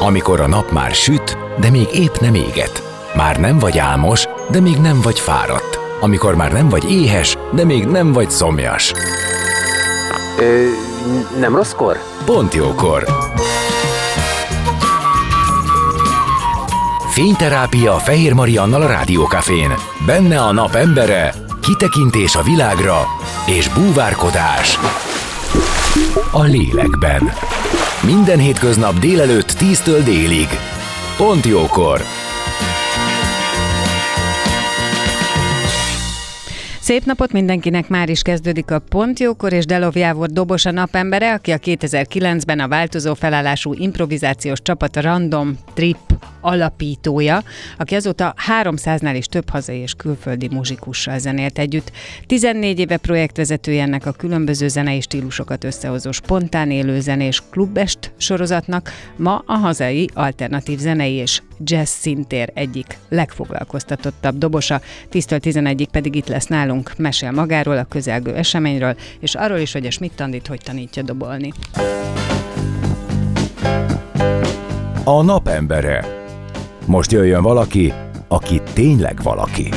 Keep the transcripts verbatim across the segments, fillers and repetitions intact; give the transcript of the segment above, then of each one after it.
Amikor a nap már süt, de még épp nem éget. Már nem vagy álmos, de még nem vagy fáradt. Amikor már nem vagy éhes, de még nem vagy szomjas. Ö, nem rosszkor? Pont jókor. Fényterápia Fehér Mariannal a Rádiókafén. Benne a nap embere, kitekintés a világra és búvárkodás a lélekben. Minden hétköznap délelőtt tíztől délig. Pont jókor. Szép napot mindenkinek, már is kezdődik a Pont jókor, és Delov Jávor dobos a napembere, aki a kétezer-kilencben a változó felállású improvizációs csapat Random Trip alapítója, aki azóta háromszáznál is több hazai és külföldi muzsikussal zenélt együtt. tizennégy éve projektvezetője ennek a különböző zenei stílusokat összehozó spontán élőzenés klubest sorozatnak, ma a hazai alternatív zenei és jazz szintér egyik legfoglalkoztatottabb dobosa, tíztől tizenegyig pedig itt lesz nálunk, mesél magáról, a közelgő eseményről, és arról is, hogy a Schmidt Andit hogy tanítja dobolni. A napembere. Most jöjjön valaki, aki tényleg valaki.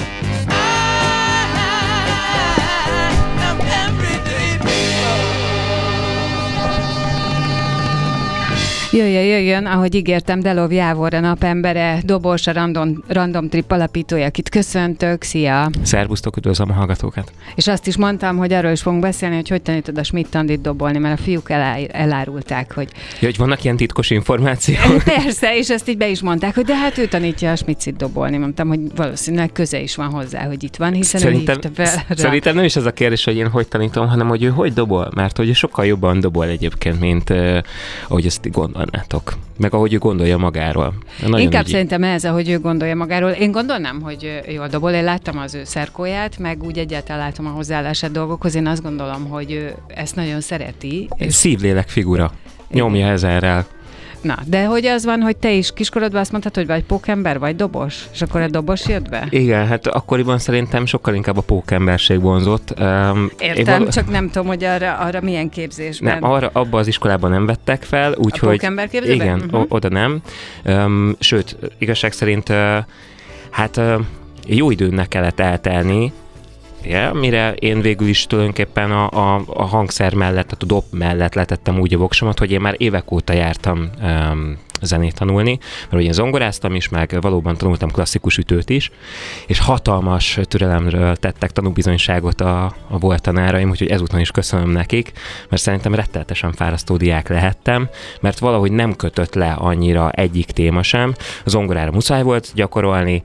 Jöjjön, jöjjön, ahogy ígértem, Delov Jávor a napembere, dobos, a Random, Random Trip alapítója, akit köszöntök, szia! Szervusztok, üdvözlöm a hallgatókat! És azt is mondtam, hogy arról is fogunk beszélni, hogy hogy tanítod a Schmidt Andit dobolni, mert a fiúk elá- elárulták, hogy... Ja, hogy vannak ilyen titkos információk? Persze, és ezt így be is mondták, hogy de hát ő tanítja a Schmidt-it dobolni. Mondtam, hogy valószínűleg köze is van hozzá, hogy itt van, hiszen szerintem, ő hívta fel rá. Szerintem nem is ez a kérdés, hogy én hogy tanítom, hanem hogy ő hogy dobol, mert hogy ő sokkal jobban dobol egyébként, mint uh, ahogy ezt gondolnátok. Meg ahogy ő gondolja magáról. Nagyon Inkább ügyi. szerintem ez, ahogy ő gondolja magáról. Én gondolnám, hogy jól dobol. Én láttam az ő szerkóját, meg úgy egyáltalán látom a hozzáállását dolgokhoz. Én azt gondolom, hogy ő ezt nagyon szereti. És... Szívlélek figura. Nyomja ezerrel. Na, de hogy az van, hogy te is kiskorodban azt mondtad, hogy vagy pókember, vagy dobos? És akkor a dobos jött be? Igen, hát akkoriban szerintem sokkal inkább a pókemberség vonzott. Um, Értem, való... csak nem tudom, hogy arra, arra milyen képzésben. Nem, arra, abba az iskolában nem vettek fel, úgyhogy... A pókember képzésben? Igen, Uh-huh. oda nem. Um, sőt, igazság szerint uh, hát uh, jó időnek kellett eltelni, ja, mire én végül is tulajdonképpen a, a, a hangszer mellett, tehát a dob mellett letettem úgy a voksomat, hogy én már évek óta jártam um, zenét tanulni, mert ugye zongoráztam is, meg valóban tanultam klasszikus ütőt is, és hatalmas türelemről tettek tanúbizonyságot a, a volt tanáraim, úgyhogy ezúton is köszönöm nekik, mert szerintem rettenetesen fárasztó diák lehettem, mert valahogy nem kötött le annyira egyik téma sem. A zongorára muszáj volt gyakorolni,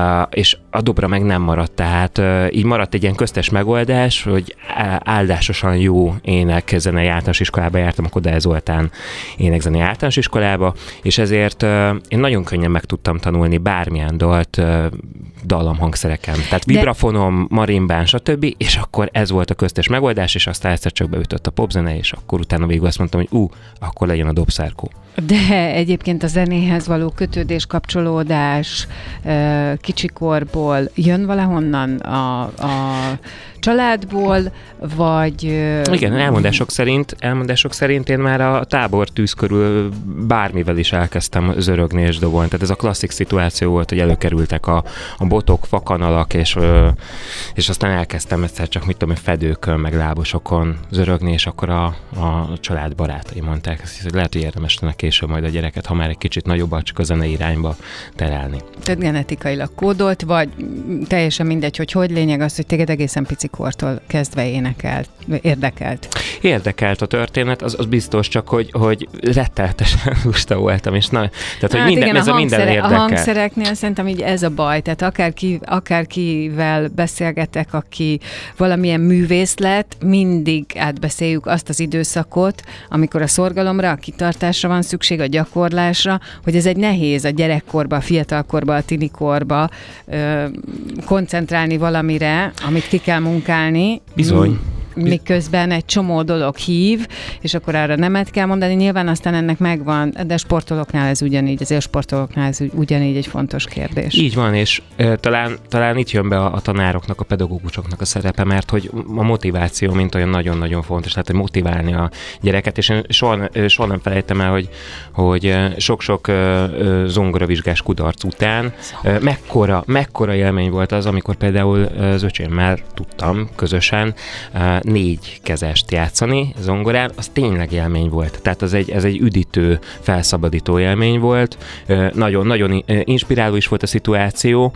és a dobra meg nem maradt, tehát így maradt egy ilyen köztes megoldás, hogy áldásosan jó énekzenei általános iskolába jártam, a Kodály Zoltán énekzenei általános iskolába, és ezért uh, én nagyon könnyen meg tudtam tanulni bármilyen dalt uh, dallamhangszereken. Tehát vibrafonom, marimbán, stb. És akkor ez volt a köztes megoldás, és aztán egyszer csak beütött a popzene, és akkor utána végül azt mondtam, hogy ú, uh, akkor legyen a dobszárkó. De egyébként a zenéhez való kötődés, kapcsolódás kicsikorból jön valahonnan a, a családból, vagy... Igen, elmondások szerint, elmondások szerint én már a tábortűz körül bármivel is elkezdtem zörögni és dobolni. Tehát ez a klasszik szituáció volt, hogy előkerültek a, a botok, fakanalak, és, és aztán elkezdtem egyszer csak, mit tudom, fedőkön, meg lábosokon zörögni, és akkor a, a család barátai mondták, hogy lehet, hogy érdemes lenne később majd a gyereket, ha már egy kicsit nagyobbak, csak a zenei irányba terelni. Tehát genetikailag kódolt, vagy teljesen mindegy, hogy hogy lényeg az, hogy téged egészen picikortól kezdve énekelt, érdekelt? Érdekelt a történet, az, az biztos, csak hogy, hogy rettenetesen lusta voltam, és na, tehát, hogy hát minden, igen, ez a, a minden hangszere, érdekel. A hangszereknél szerintem így ez a baj, tehát akárki, akárkivel beszélgetek, aki valamilyen művész lett, mindig átbeszéljük azt az időszakot, amikor a szorgalomra, a kitartásra van szükség, a gyakorlásra, hogy ez egy nehéz a gyerekkorba, a fiatalkorba, a tinikorba ö, koncentrálni valamire, amit ki kell munkálni. Bizony. miközben egy csomó dolog hív, és akkor arra nemet kell mondani. Nyilván aztán ennek megvan, de a sportolóknál ez ugyanígy, az élsportolóknál ez ugyanígy egy fontos kérdés. Így van, és e, talán, talán itt jön be a, a tanároknak, a pedagógusoknak a szerepe, mert hogy a motiváció mint olyan nagyon-nagyon fontos, tehát hogy motiválni a gyereket, és én soha, soha nem felejtem el, hogy, hogy sok-sok zongoravizsgás kudarc után mekkora, mekkora élmény volt az, amikor például az öcsémmel tudtam közösen négy kezest játszani zongorán, az tényleg élmény volt. Tehát az egy, ez egy üdítő, felszabadító élmény volt. Nagyon-nagyon inspiráló is volt a szituáció,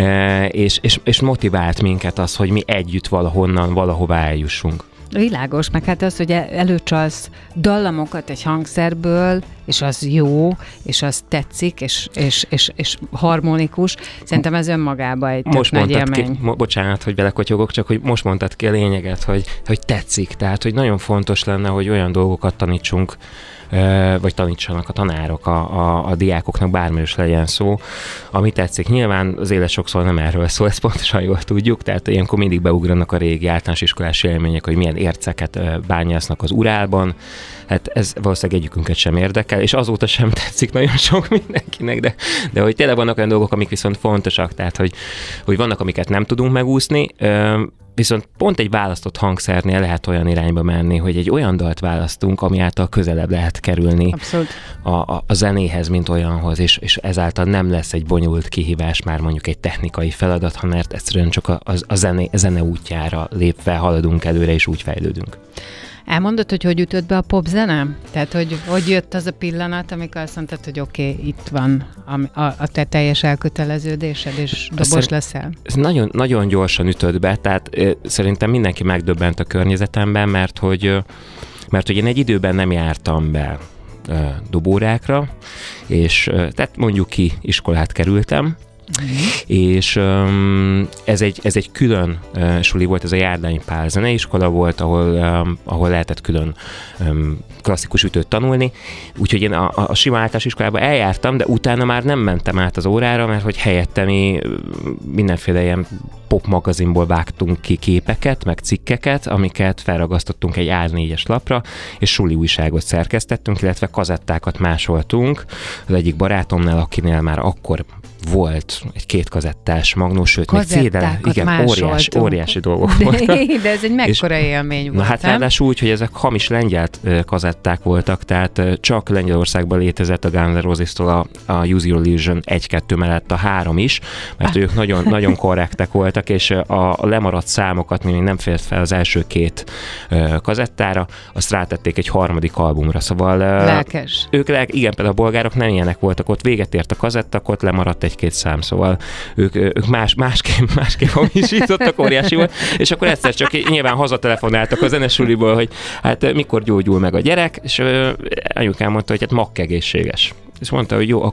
és, és, és motivált minket az, hogy mi együtt valahonnan, valahová eljussunk. Világos, meg hát az, hogy előcsalsz dallamokat egy hangszerből, és az jó, és az tetszik, és, és, és, és harmonikus. Szerintem ez önmagában egy tök nagy élmény. Ki, mo- bocsánat, hogy belekotyogok, csak hogy most mondtad ki a lényeget, hogy, hogy tetszik. Tehát, hogy nagyon fontos lenne, hogy olyan dolgokat tanítsunk, vagy tanítsanak a tanárok a, a, a diákoknak, bármiről is legyen szó, ami tetszik. Nyilván az élet sokszor nem erről szól, ezt pontosan jól tudjuk, tehát ilyenkor mindig beugranak a régi általános iskolás élmények, hogy milyen érceket bányásznak az Urálban. Hát ez valószínűleg egyikünket sem érdekel, és azóta sem tetszik nagyon sok mindenkinek, de, de hogy tényleg vannak olyan dolgok, amik viszont fontosak, tehát hogy, hogy vannak, amiket nem tudunk megúszni, viszont pont egy választott hangszernél lehet olyan irányba menni, hogy egy olyan dalt választunk, ami által közelebb lehet kerülni a, a, a zenéhez, mint olyanhoz, és, és ezáltal nem lesz egy bonyolult kihívás, már mondjuk egy technikai feladat, hanem egyszerűen csak a, a, a, zene, a zene útjára lépve haladunk előre, és úgy fejlődünk. Elmondod, hogy hogy ütött be a popzene? Tehát, hogy hogy jött az a pillanat, amikor azt mondtad, hogy oké, okay, itt van a, a, a te teljes elköteleződésed, és dobos szer- leszel? Ez nagyon, nagyon gyorsan ütött be, tehát e, szerintem mindenki megdöbbent a környezetemben, mert hogy, mert hogy én egy időben nem jártam be e, dobórákra, és e, tehát mondjuk ki iskolát kerültem, Mm. és um, ez, egy, ez egy külön uh, suli volt, ez a Járdányi Pál zeneiskola volt, ahol, um, ahol lehetett külön um, klasszikus ütőt tanulni, úgyhogy én a, a sima általános iskolába eljártam, de utána már nem mentem át az órára, mert hogy helyette mi mindenféle ilyen pop magazinból vágtunk ki képeket, meg cikkeket, amiket felragasztottunk egy á négyes lapra, és suli újságot szerkesztettünk, illetve kazettákat másoltunk az egyik barátomnál, akinél már akkor volt egy két kazettás magnó, sőt, még cé dé, igen, óriás, óriási dolgok voltak. De ez egy mekkora élmény volt, na hát ráadásul úgy, hogy ezek hamis lengyel kazetták voltak, tehát csak Lengyelországban létezett a Guns N' Roses-tól a, a Use Your Illusion egy-kettő mellett a három is, mert ők nagyon, nagyon korrektek voltak, és a, a lemaradt számokat, még nem fért fel az első két kazettára, azt rátették egy harmadik albumra, szóval lelkes. Ők, igen, például a bolgárok nem ilyenek voltak, ott véget ért a kazettak, ott lemaradt egy-két szám, szóval ők, ők más, másképp, másképp hamisítottak, óriási volt, és akkor egyszer csak nyilván hazatelefonáltak a zenesuliból, hogy hát mikor gyógyul meg a gyerek, és anyukám mondta, hogy hát makkegészséges. És mondta, hogy jó,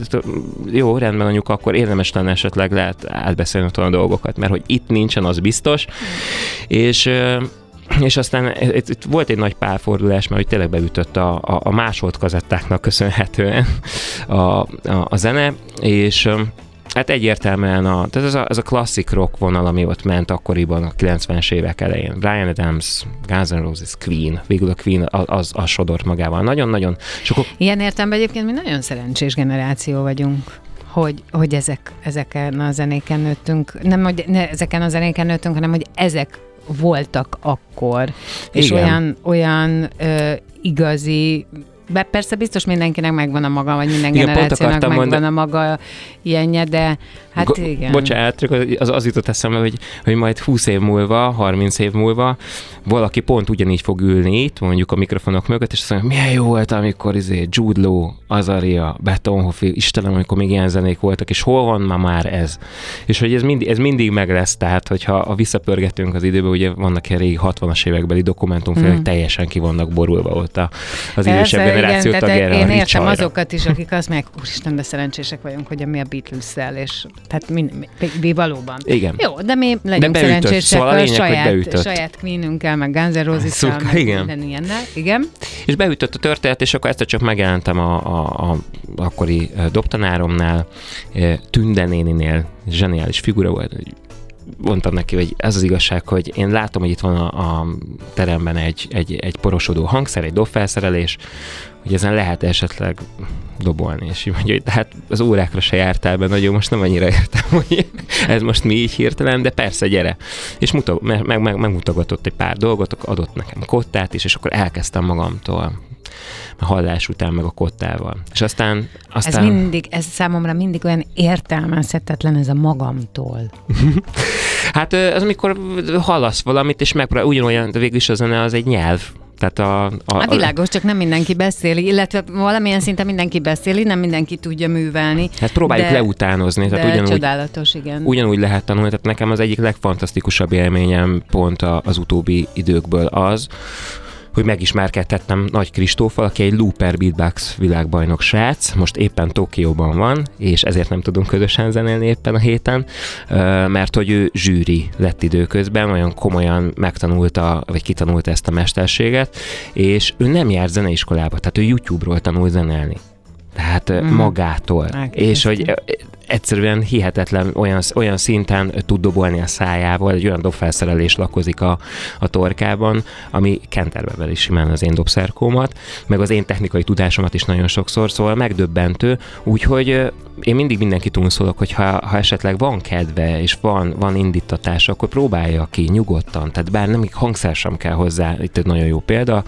jó, rendben anyuka, akkor érdemes lenne esetleg lehet átbeszélni a dolgokat, mert hogy itt nincsen, az biztos, és és aztán itt, itt volt egy nagy pálfordulás, mert hogy tényleg beütött a, a, a másolt kazettáknak köszönhetően a, a, a zene, és hát egyértelműen a, tehát ez a, ez a klasszik rock vonal, ami ott ment akkoriban a kilencvenes évek elején. Bryan Adams, Guns N' Roses, Queen, végül a Queen az, az sodort magával. Nagyon-nagyon sokok... Ilyen értelemben egyébként mi nagyon szerencsés generáció vagyunk. Hogy, hogy ezek, ezeken a zenéken nőttünk, nem hogy ne ezeken a zenéken nőttünk, hanem hogy ezek voltak akkor, és igen. olyan, olyan ö, igazi, be persze biztos mindenkinek megvan a maga, vagy minden igen, generációnak megvan mondani. a maga ilyenje, de hát Go- igen. Bocsánat, az, az jutott eszembe, hogy, hogy majd húsz év múlva, harminc év múlva valaki pont ugyanígy fog ülni itt, mondjuk a mikrofonok mögött, és azt mondja, milyen jó volt, amikor izé Jude Law, Azaria, Beethoven, Istenem, amikor még ilyen zenék voltak, és hol van ma már ez? És hogy ez mindig, ez mindig meg lesz, tehát hogyha visszapörgetünk az időbe, ugye vannak ilyen régi hatvanas évekbeli dokumentumfilmek, hmm. teljesen ki vannak borulva ott a, az idősebb generáció tagjára. Én értem csajra. Azokat is, akik azt mondják, úristen, de szerencsések vagyunk, hogy mi a Beatles-szel, és tehát mi, mi, mi valóban. Igen. Jó, de mi legyünk de szerencsések szóval a lényeg, saját, saját Queen-ünkkel, meg Guns N' Roses-szel, meg igen. minden ilyennel. Igen. És beütött a történet, és akkor egyszer csak megjelentem a, a, a akkori dobtanáromnál, Tünde néninél, zseniális figura volt, hogy mondtam neki, hogy ez az igazság, hogy én látom, hogy itt van a, a teremben egy, egy, egy porosodó hangszer, egy dobfelszerelés, hogy ezen lehet esetleg dobolni, és így mondja, hogy hát az órákra se jártál be, nagyon most nem annyira értem, hogy ez most mi így hirtelen, de persze, gyere. És mutat, meg, meg, meg, megmutogatott egy pár dolgot, adott nekem kottát is, és akkor elkezdtem magamtól a hallás után meg a kottával. És aztán... aztán... Ez mindig, ez számomra mindig olyan értelmezhetetlen, ez a magamtól. Hát az, amikor hallasz valamit, és megpróbál, ugyanolyan, de végül is a zene az egy nyelv. Tehát a, a, a világos, csak nem mindenki beszéli, illetve valamilyen szinten mindenki beszéli, nem mindenki tudja művelni. Hát próbáljuk de, leutánozni. Tehát de ugyanúgy, csodálatos, igen. Ugyanúgy lehet tanulni, tehát nekem az egyik legfantasztikusabb élményem pont az utóbbi időkből az, hogy megismerkedhettem Nagy Kristóffal, aki egy Looper Beatbox világbajnok srác, most éppen Tokióban van, és ezért nem tudunk közösen zenélni éppen a héten, mert hogy ő zsűri lett időközben, olyan komolyan megtanulta, vagy kitanulta ezt a mesterséget, és ő nem járt zeneiskolába, tehát ő YouTube-ról tanul zenélni. Tehát mm. magától. Elképesztő. És hogy egyszerűen hihetetlen olyan, olyan szinten tud dobolni a szájával, egy olyan dobfelszerelés lakozik a, a torkában, ami kenterbe veli simán az én dobszerkómat, meg az én technikai tudásomat is nagyon sokszor, szóval megdöbbentő, úgyhogy én mindig mindenkit unszolok, hogy ha, ha esetleg van kedve, és van, van indítatása, akkor próbálja ki nyugodtan, tehát bár nem hangszer sem kell hozzá, itt egy nagyon jó példa,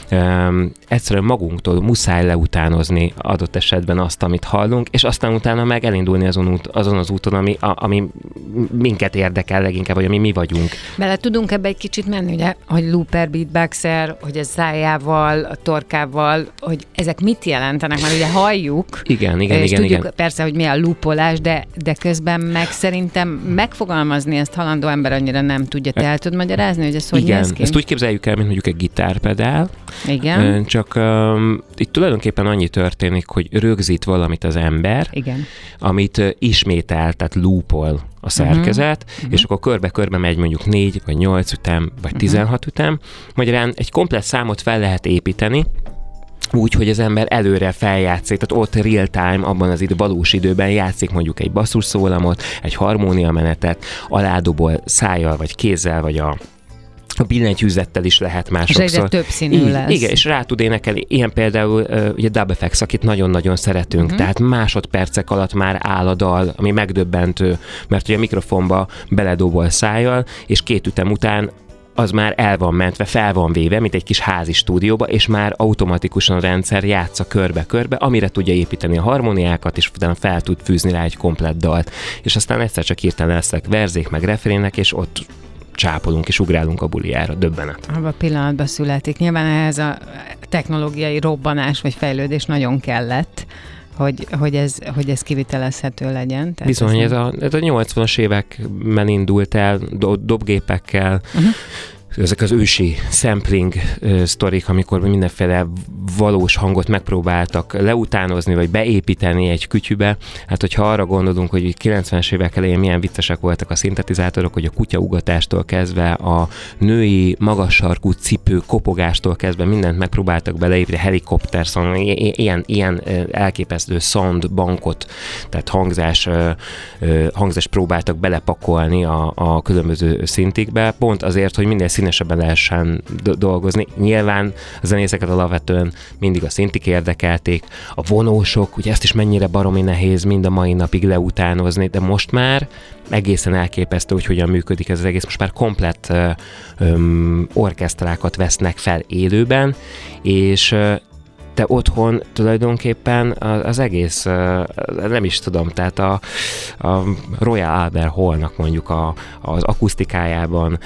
um, egyszerűen magunktól muszáj leutánozni adott esetben azt, amit hallunk, és aztán utána meg elindulni azon, út, azon az úton, ami, a, ami minket érdekel leginkább, vagy ami mi vagyunk. Bele tudunk ebbe egy kicsit menni, ugye, hogy looper, beatboxer, hogy a szájával, a torkával, hogy ezek mit jelentenek, mert ugye halljuk, igen, igen, és igen, tudjuk igen. persze, hogy mi a loopolás, de, de közben meg szerintem megfogalmazni ezt halandó ember annyira nem tudja. Te el tudod magyarázni, hogy ez hogy igen, néz ki? Ezt úgy képzeljük el, mint mondjuk egy gitárpedál. Igen. Csak um, itt tulajdonképpen annyi történik, hogy rögzít valamit az ember, igen. amit uh, ismétel, tehát loopol a szerkezet, uh-huh. és akkor körbe-körbe megy mondjuk négy, vagy nyolc ütem, vagy uh-huh. tizenhat ütem. Magyarán egy komplett számot fel lehet építeni, úgy, hogy az ember előre feljátszik, tehát ott real time, abban az idő, valós időben játszik mondjuk egy basszusszólamot, egy harmóniamenetet, aládobol szájjal, vagy kézzel, vagy a a billentyűzettel is lehet már sokszor. És egyre több színű lesz. Igen, és rá tud énekelni. Ilyen például uh, ugye Dub F X, akit nagyon-nagyon szeretünk, uh-huh. tehát másodpercek alatt már áll a dal, ami megdöbbentő, mert ugye a mikrofonba beledobol szájjal, és két ütem után az már el van mentve, fel van véve, mint egy kis házi stúdióba, és már automatikusan a rendszer játsza körbe-körbe, amire tudja építeni a harmóniákat, és utána fel tud fűzni rá egy komplett dalt. És aztán egyszer csak hirtelen lesznek verzék, meg refrének, és ott csápolunk és ugrálunk a bulijára, döbbenet. Abban a pillanatban születik. Nyilván ehhez a technológiai robbanás vagy fejlődés nagyon kellett, hogy, hogy, ez, hogy ez kivitelezhető legyen. Tehát bizony, ez, ez a, ez a nyolcvanas években indult el do, dobgépekkel, uh-huh. ezek az ősi sampling uh, sztorik, amikor mindenféle valós hangot megpróbáltak leutánozni, vagy beépíteni egy kütyübe. Hát, hogyha arra gondolunk, hogy kilencvenes évek elején milyen viccesek voltak a szintetizátorok, hogy a kutyaugatástól kezdve, a női magas sarkú cipő kopogástól kezdve mindent megpróbáltak beleépíteni, helikopter, szóval ilyen, ilyen elképesztő sound bankot, tehát hangzás, hangzás próbáltak belepakolni a, a különböző szintikbe, pont azért, hogy minél színesebben lehessen do- dolgozni. Nyilván a zenészeket alapvetően mindig a szintik érdekelték, a vonósok, ugye ezt is mennyire baromi nehéz mind a mai napig leutánozni, de most már egészen elképesztő, hogy hogyan működik ez az egész. Most már komplett um, orkesztrákat vesznek fel élőben, és te otthon tulajdonképpen az egész, nem is tudom, tehát a, a Royal Albert Hallnak mondjuk a, az akusztikájában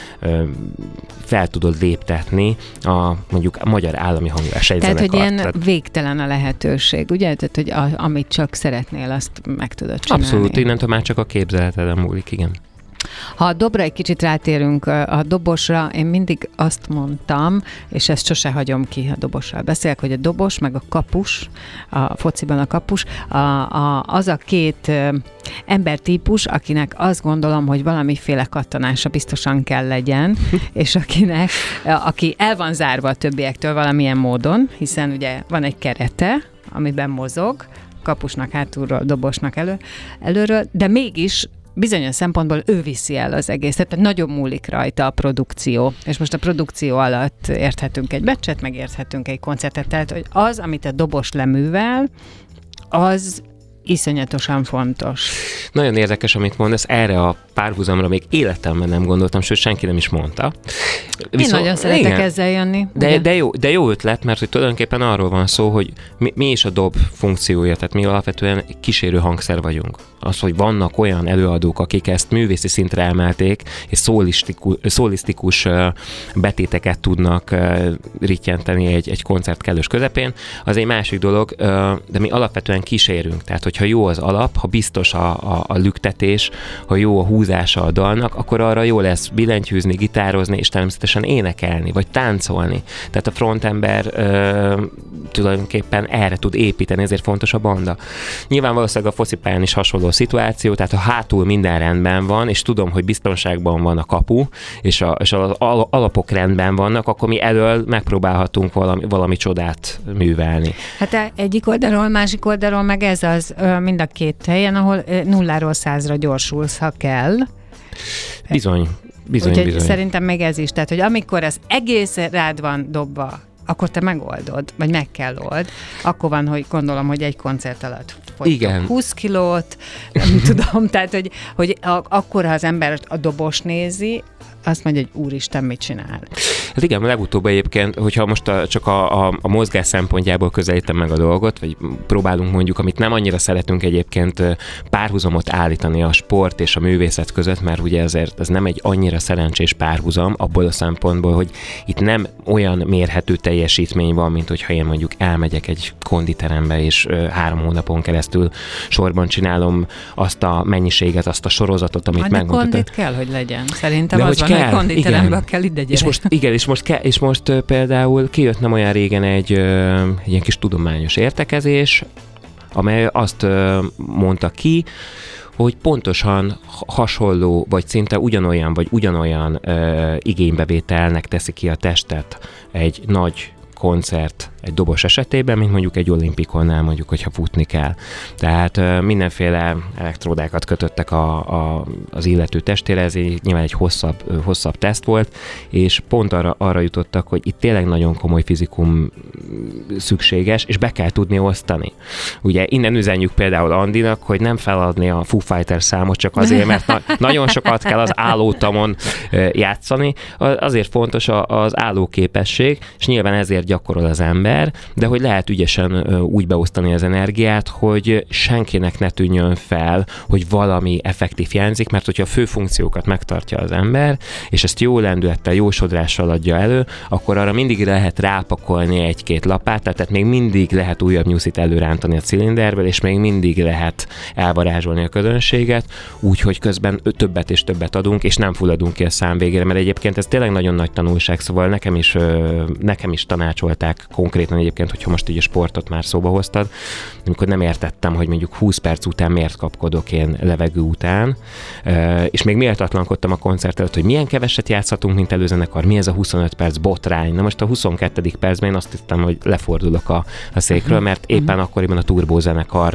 fel tudod léptetni a mondjuk a Magyar Állami Hangversenyzenekart. Tehát, hogy ilyen tehát... végtelen a lehetőség, ugye? Tehát, hogy a, amit csak szeretnél, azt meg tudod csinálni. Abszolút, innentől már csak a képzeleteden múlik, igen. Ha a dobra egy kicsit rátérünk a dobosra, én mindig azt mondtam, és ezt sose hagyom ki, ha dobossal beszélek, hogy a dobos meg a kapus, a fociban a kapus, a, a, az a két embertípus, akinek azt gondolom, hogy valamiféle kattanása biztosan kell legyen, és akinek, aki el van zárva a többiektől valamilyen módon, hiszen ugye van egy kerete, amiben mozog, kapusnak hátulról, dobosnak elő, előről, de mégis bizonyos szempontból ő viszi el az egész, tehát nagyon múlik rajta a produkció. És most a produkció alatt érthetünk egy meccset, meg érthetünk egy koncertet, tehát hogy az, amit a dobos leművel, az iszonyatosan fontos. Nagyon érdekes, amit mondasz, erre a párhuzamra még életemben nem gondoltam, sőt, senki nem is mondta. Viszont, Én nagyon szeretek igen, ezzel jönni. De, de, jó, de jó ötlet, mert hogy tulajdonképpen arról van szó, hogy mi, mi is a dob funkciója, tehát mi alapvetően kísérő hangszer vagyunk. Az, hogy vannak olyan előadók, akik ezt művészi szintre emelték, és szólisztikus, szólisztikus betéteket tudnak rittyenteni egy, egy koncert kellős közepén, az egy másik dolog, de mi alapvetően kísérünk. Tehát, hogyha jó az alap, ha biztos a, a, a lüktetés, ha jó a húzása a dalnak, akkor arra jó lesz billentyűzni, gitározni, és természetesen énekelni, vagy táncolni. Tehát a frontember ö, tulajdonképpen erre tud építeni, ezért fontos a banda. Nyilván valószínűleg a focipályán is hasonló szituáció, tehát ha hátul minden rendben van, és tudom, hogy biztonságban van a kapu, és, a, és az alapok rendben vannak, akkor mi elől megpróbálhatunk valami, valami csodát művelni. Hát egyik oldalról, másik oldalról meg ez az mind a két helyen, ahol nulláról százra gyorsulsz, ha kell. Bizony, bizony, Úgyhogy bizony. Szerintem még ez is, tehát, hogy amikor az egész rád van dobva, akkor te megoldod, vagy meg kell old. Akkor van, hogy gondolom, hogy egy koncert alatt fogytok húsz kilót, nem tudom, tehát, hogy, hogy a, akkor, ha az ember a dobos nézi, azt mondja, hogy úristen, mit csinál. Hát igen, legutóbb egyébként, hogyha most a, csak a, a, a mozgás szempontjából közelítem meg a dolgot, vagy próbálunk mondjuk, amit nem annyira szeretünk egyébként párhuzamot állítani a sport és a művészet között, mert ugye ezért ez nem egy annyira szerencsés párhuzam abból a szempontból, hogy itt nem olyan mérhető teljesítmény van, mint hogyha én mondjuk elmegyek egy konditerembe, és három hónapon keresztül sorban csinálom azt a mennyiséget, azt a sorozatot, amit megmondtam. De kondit kell, hogy legyen. Szerintem de az van, kell, hogy konditeremben kell ide gyere. És most, igen, és most, ke, és most uh, például kijött nem olyan régen egy, uh, egy ilyen kis tudományos értekezés, amely azt uh, mondta ki, hogy pontosan hasonló, vagy szinte ugyanolyan, vagy ugyanolyan uh, igénybevételnek teszi ki a testet egy nagy koncert egy dobos esetében, mint mondjuk egy olimpikonnál, mondjuk, hogyha futni kell. Tehát uh, mindenféle elektródákat kötöttek a, a, az illető testére, ez egy, nyilván egy hosszabb, uh, hosszabb teszt volt, és pont arra, arra jutottak, hogy itt tényleg nagyon komoly fizikum szükséges, és be kell tudni osztani. Ugye innen üzenjük például Andinak, hogy nem feladni a Foo Fighters számot csak azért, mert na- nagyon sokat kell az állótamon uh, játszani. Azért fontos a, az állóképesség, és nyilván ezért gyakorol az ember, de hogy lehet ügyesen úgy beosztani az energiát, hogy senkinek ne tűnjön fel, hogy valami effektív hiányzik, mert hogyha a fő funkciókat megtartja az ember, és ezt jó lendülettel, jó sodrással adja elő, akkor arra mindig lehet rápakolni egy-két lapátát, tehát még mindig lehet újabb nyuszit előrántani a cilinderből, és még mindig lehet elvarázsolni a közönséget, úgyhogy közben többet és többet adunk, és nem fulladunk ki a szám végére, mert egyébként ez tényleg nagyon nagy tanulság, szóval nekem is, nekem is tanácsolták konkrétan egyébként, hogyha most így a sportot már szóba hoztad, amikor nem értettem, hogy mondjuk húsz perc után miért kapkodok én levegő után, és még méltatlankodtam a koncert előtt, hogy milyen keveset játszhatunk, mint előzenekar, mi ez a huszonöt perc botrány. Na most a huszonkettedik percben én azt hittem, hogy lefordulok a, a székről, mert éppen akkoriban a Turbo zenekar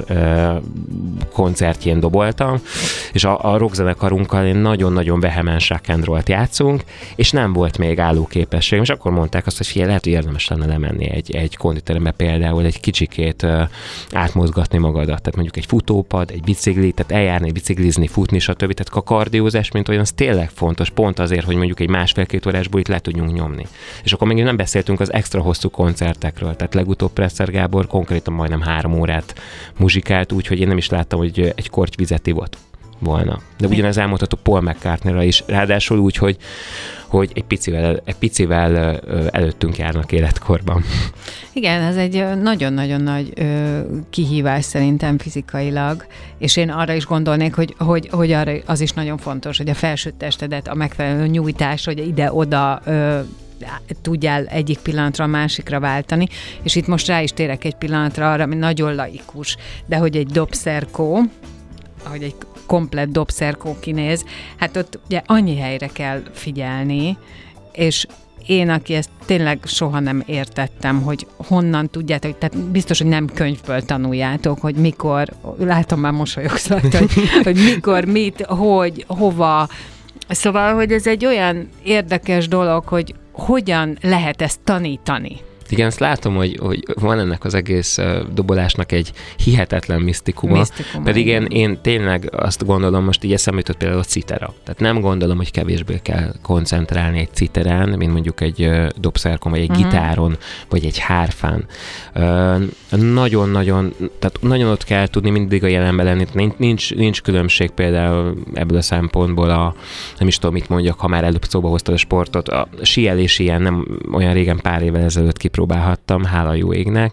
koncertjén doboltam, és a, a rockzenekarunkkal én nagyon-nagyon vehemens rock and rollt játszunk, és nem volt még állóképesség, és akkor mondták azt, hogy figyelj, lehet, hogy érdemes lenne lemenni egy, egy konditerembe például egy kicsikét uh, átmozgatni magadat, tehát mondjuk egy futópad, egy bicikli, tehát eljárni, biciklizni, futni, stb. Tehát a kardiózás, mint olyan, az tényleg fontos, pont azért, hogy mondjuk egy másfél-két órás bulit le tudjunk nyomni. És akkor még nem beszéltünk az extra hosszú koncertekről, tehát legutóbb Presser Gábor konkrétan majdnem három órát muzsikált, úgyhogy én nem is láttam, hogy egy korty vizet ivott volna. De ugyanez elmondható Paul McCartneyra is, ráadásul úgy, hogy, hogy egy picivel, egy picivel előttünk járnak életkorban. Igen, ez egy nagyon-nagyon nagy ö, kihívás szerintem fizikailag, és én arra is gondolnék, hogy, hogy, hogy arra az is nagyon fontos, hogy a felső testedet, a megfelelő nyújtás, hogy ide-oda ö, tudjál egyik pillanatra a másikra váltani, és itt most rá is térek egy pillanatra arra, ami nagyon laikus, de hogy egy dobszerkó, ahogy egy komplett dobszerkó kinéz, hát ott ugye annyi helyre kell figyelni, és én, aki ezt tényleg soha nem értettem, hogy honnan tudjátok, tehát biztos, hogy nem könyvből tanuljátok, hogy mikor, látom már mosolyogsz rajta, hogy, hogy mikor, mit, hogy, hova. Szóval, hogy ez egy olyan érdekes dolog, hogy hogyan lehet ezt tanítani. Igen, azt látom, hogy, hogy van ennek az egész uh, dobolásnak egy hihetetlen misztikuma, misztikuma pedig én, én tényleg azt gondolom, most így eszembe jutott például a citera. Tehát nem gondolom, hogy kevésbé kell koncentrálni egy citerán, mint mondjuk egy uh, dobszerkon, vagy egy uh-huh. gitáron, vagy egy hárfán. Uh, nagyon-nagyon, tehát nagyon ott kell tudni mindig a jelenben lenni. Nincs, nincs különbség például ebből a szempontból a, nem is tudom, mit mondjak, ha már előbb szóba hoztad a sportot. A síelés ilyen nem olyan régen, pár évvel ezelőtt kipróbálhattam, hála jó égnek.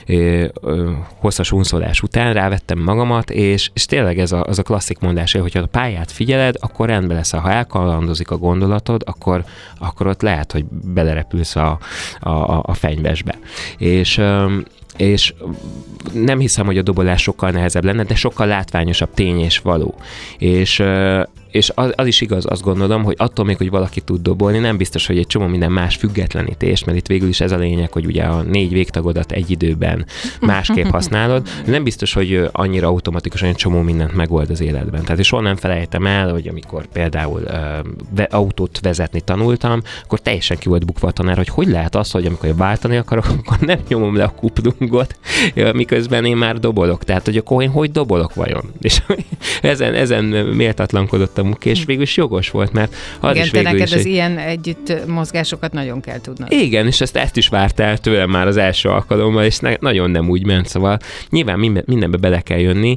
Hosszas unszolás után rávettem magamat, és, és tényleg ez a, az a klasszik mondás, hogy ha a pályát figyeled, akkor rendben lesz. Ha elkalandozik a gondolatod, akkor, akkor ott lehet, hogy belerepülsz a, a, a fenyvesbe. És és nem hiszem, hogy a dobolás sokkal nehezebb lenne, de sokkal látványosabb, tény és való. És, és az, az is igaz, azt gondolom, hogy attól még, hogy valaki tud dobolni, nem biztos, hogy egy csomó minden más függetlenítés, mert itt végül is ez a lényeg, hogy ugye a négy végtagodat egy időben másképp használod, nem biztos, hogy annyira automatikusan egy csomó mindent megold az életben. Tehát és soha nem felejtem el, hogy amikor például uh, autót vezetni tanultam, akkor teljesen ki volt bukva a tanár, hogy hogy lehet az, hogy amikor váltani akarok, akkor nem nyomom le a kuplungot, miközben én már dobolok. Tehát, hogy akkor én hogy dobolok vajon? És ezen, ezen méltatlankodott a Muki, és végül is jogos volt, mert az igen, is végül neked is... az egy... ilyen együtt mozgásokat nagyon kell tudnod. Igen, és ezt, ezt is vártál tőlem már az első alkalommal, és ne, nagyon nem úgy ment, szóval nyilván minden, mindenbe bele kell jönni,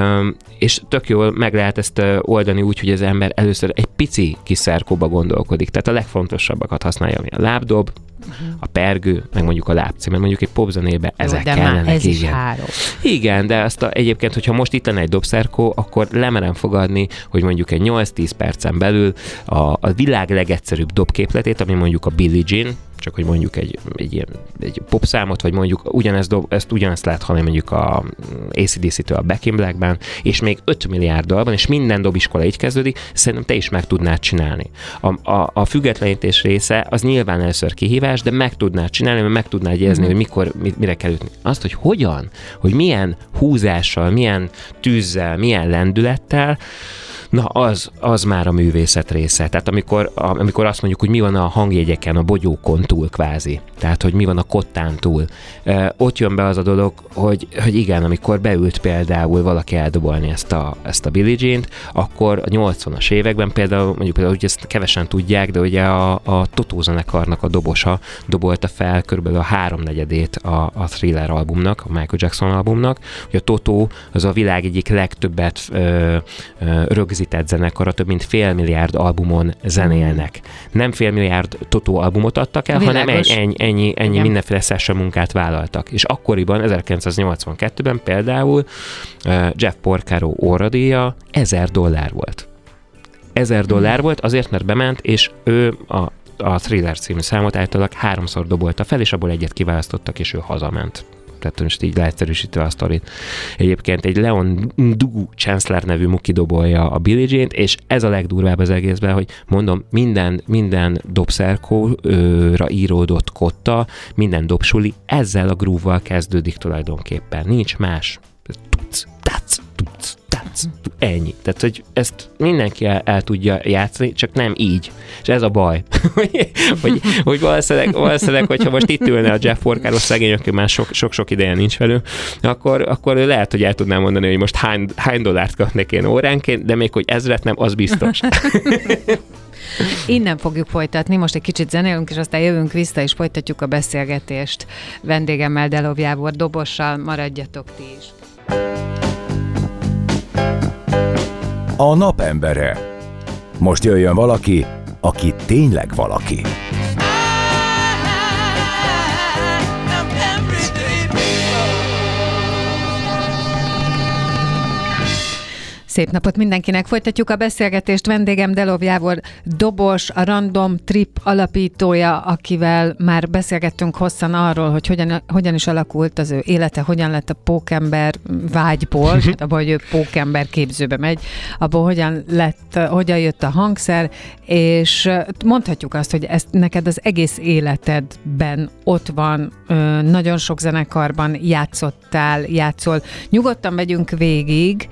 és tök jól meg lehet ezt oldani úgy, hogy az ember először egy pici kis szerkóba gondolkodik, tehát a legfontosabbakat használja, ami a lábdob, a pergő, meg mondjuk a lábcím, mert mondjuk egy popzenébe ezek de kellenek. Már ez igen. is három. Igen, de azt a, egyébként, hogyha most itt lenne egy dobszerkó, akkor lemerem fogadni, hogy mondjuk egy nyolc-tíz percen belül a, a világ legegyszerűbb dobképletét, ami mondjuk a Billie Jean, csak hogy mondjuk egy, egy ilyen egy popszámot, vagy mondjuk ugyanezt, dob, ezt ugyanezt lehet hallani mondjuk a á cé dé cé-től a Back in Blackben, és még öt milliárd dalban, és minden dobiskola így kezdődik, szerintem te is meg tudnád csinálni. A, a, a függetlenítés része az nyilván először kihívás, de meg tudnád csinálni, mert meg tudnád jegyezni, mm-hmm. hogy mikor, mire kell jutni. Azt, hogy hogyan, hogy milyen húzással, milyen tűzzel, milyen lendülettel, na az, az már a művészet része. Tehát amikor, a, amikor azt mondjuk, hogy mi van a hangjegyeken, a bogyókon túl kvázi, tehát hogy mi van a kottán túl, e, ott jön be az a dolog, hogy, hogy igen, amikor beült például valaki eldobolni ezt a, ezt a Billie Jean-t, akkor a nyolcvanas években például, mondjuk például, hogy ezt kevesen tudják, de ugye a, a Totó zenekarnak a dobosa dobolta fel körülbelül a háromnegyedét a, a Thriller albumnak, a Michael Jackson albumnak, hogy a Totó az a világ egyik legtöbbet ö, ö, rögzített zenekara, több mint fél milliárd albumon zenélnek. Nem fél milliárd Totó albumot adtak el, világos. hanem ennyi, ennyi, ennyi mindenféle session munkát vállaltak. És akkoriban, ezerkilencszáznyolcvankettőben például uh, Jeff Porcaro óradíja ezer dollár volt. Ezer dollár hmm. volt azért, mert bement, és ő a, a Thriller című számot általában háromszor dobolta fel, és abból egyet kiválasztottak, és ő hazament. Tehát most így leegyszerűsítve a sztorit. Egyébként egy Leon Dugu Chancellor nevű muki dobolja a Billie Jean-t, és ez a legdurvább az egészben, hogy mondom, minden, minden dobszerkóra íródott kotta, minden dobsuli ezzel a groove-val kezdődik tulajdonképpen. Nincs más. Tuc, tac, tuc, tac, ennyi. Tehát, hogy ezt mindenki el, el tudja játszani, csak nem így. És ez a baj. hogy, hogy, hogy valószínűleg, valószínűleg, hogyha most itt ülne a Jeff Porcaro szegény, aki már sok-sok ideje nincs velünk, akkor, akkor lehet, hogy el tudnám mondani, hogy most hány, hány dollárt kapnék én óránként, de még hogy ezret nem, az biztos. Innen fogjuk folytatni, most egy kicsit zenélünk, és aztán jövünk vissza, és folytatjuk a beszélgetést vendégemmel, Delov Jávor dobossal. Maradjatok ti is. A napembere. Most jöjjön valaki, aki tényleg valaki. Szép napot mindenkinek! Folytatjuk a beszélgetést. Vendégem Delov Jávor dobos, a Random Trip alapítója, akivel már beszélgettünk hosszan arról, hogy hogyan, hogyan is alakult az ő élete, hogyan lett a pókember vágyból, abban, hogy ő pókember képzőbe megy, abból hogyan lett, hogyan jött a hangszer, és mondhatjuk azt, hogy ezt neked az egész életedben ott van, nagyon sok zenekarban játszottál, játszol. Nyugodtan megyünk végig,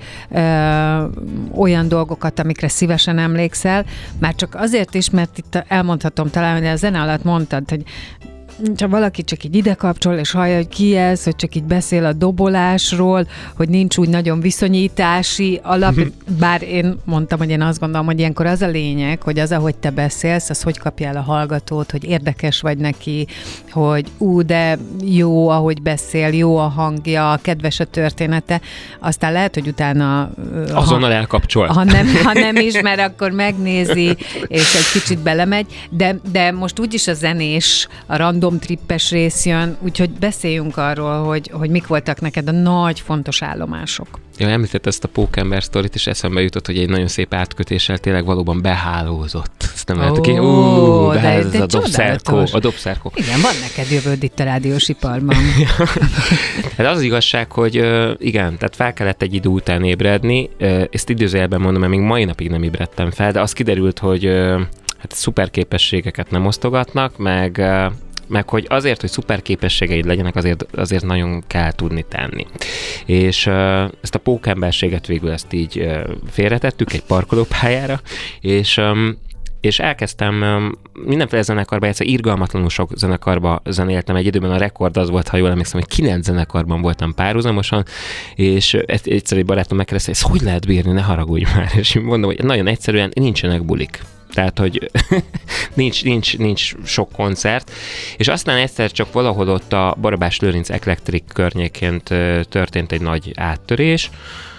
olyan dolgokat, amikre szívesen emlékszel, már csak azért is, mert itt elmondhatom talán, hogy a zene alatt mondtad, hogy csak valaki csak így ide kapcsol, és hallja, hogy ki ez, hogy csak így beszél a dobolásról, hogy nincs úgy nagyon viszonyítási alap, bár én mondtam, hogy én azt gondolom, hogy ilyenkor az a lényeg, hogy az, ahogy te beszélsz, az hogy kapja el a hallgatót, hogy érdekes vagy neki, hogy ú, de jó, ahogy beszél, jó a hangja, kedves a története, aztán lehet, hogy utána azonnal ha, elkapcsol. Ha nem, ha nem is, mert akkor megnézi, és egy kicsit belemegy, de, de most úgyis a zenés, a random trippes rész jön, úgyhogy beszéljünk arról, hogy, hogy mik voltak neked a nagy, fontos állomások. Ja, említett ezt a pókember sztorit, és eszembe jutott, hogy egy nagyon szép átkötéssel tényleg valóban behálózott. Ezt nem lehet ki. Ó, de ez a dobszerkó. A dobszerkó. Igen, van neked jövőd itt a rádiós iparban. Hát az, az igazság, hogy igen, tehát fel kellett egy idő után ébredni. Ezt időzőjelben mondom, mert még mai napig nem ébredtem fel, de az kiderült, hogy hát szuper képességeket nem osztogatnak, meg meg hogy azért, hogy szuper képességeid legyenek, azért, azért nagyon kell tudni tenni. És uh, ezt a pókemberséget végül ezt így uh, félretettük egy parkolópályára, és um, és elkezdtem um, mindenféle zenekarba játszani, irgalmatlanul sok zenekarba zenéltem. Egy időben a rekord az volt, ha jól emlékszem, hogy kilenc zenekarban voltam párhuzamosan, és egyszer egy barátom megkérdezte, ezt hogy lehet bírni, ne haragudj már. És én mondom, hogy nagyon egyszerűen nincsenek bulik. Tehát, hogy nincs, nincs, nincs sok koncert, és aztán egyszer csak valahol ott a Barabás Lőrinc Electric környékén történt egy nagy áttörés.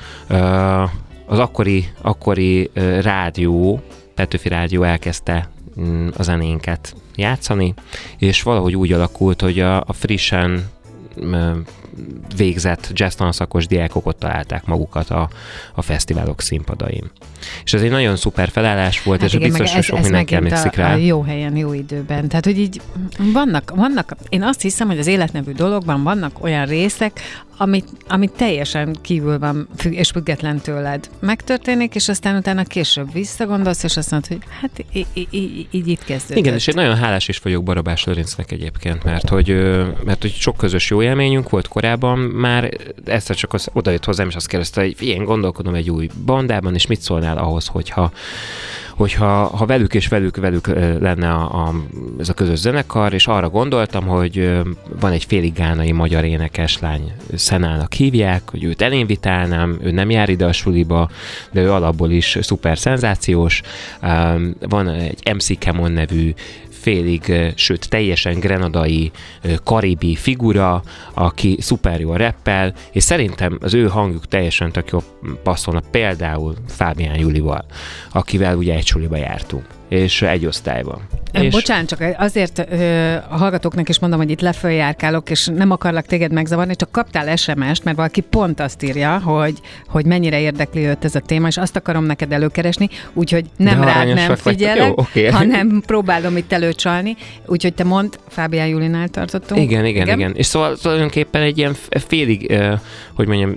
Az akkori, akkori rádió, Petőfi Rádió elkezdte a zenénket játszani, és valahogy úgy alakult, hogy a, a frissen végzett jazztanszakos diákok ott találták magukat a, a fesztiválok színpadain. És ez egy nagyon szuper felállás volt, hát és igen, biztos, hogy sok mindenki emlékszik rá. A jó helyen, jó időben. Tehát, hogy így vannak, vannak, én azt hiszem, hogy az életnevű dologban vannak olyan részek, amit, amit teljesen kívül van függ, és független tőled. Megtörténik, és aztán utána később visszagondolsz, és azt mondod, hogy hát így, így, így itt kezdődött. Igen, és én nagyon hálás is vagyok Barabás Lőrincnek egyébként, mert hogy, mert hogy sok közös jó élményünk volt korábban, már egyszer csak az, odajött hozzám, és azt kérdezte, hogy én gondolkodom egy új bandában, és mit szólnál ahhoz, hogyha hogyha ha velük és velük, velük lenne a, a, ez a közös zenekar, és arra gondoltam, hogy van egy félig gánai magyar énekeslány, Szenának hívják, hogy őt elinvitálnám, ő nem jár ide a suliba, de ő alapból is szuper szenzációs. Van egy em cé Kemon nevű félig, sőt teljesen grenadai, karibi figura, aki szuper jól rappel, és szerintem az ő hangjuk teljesen tök jó passzolna például Fábián Julival, akivel ugye egy suliba jártunk, és egy osztályban. És... Bocsánat, csak azért ö, a hallgatóknak is mondom, hogy itt leföljárkálok, és nem akarlak téged megzavarni, csak kaptál es em est, mert valaki pont azt írja, hogy, hogy mennyire érdekli őt ez a téma, és azt akarom neked előkeresni, úgyhogy nem rád nem figyelek, jó, okay. hanem próbálom itt előcsalni, úgyhogy te mondd, Fábián Julinál tartottunk. Igen, igen, igen, igen. És szóval tulajdonképpen egy ilyen félig, uh, hogy mondjam,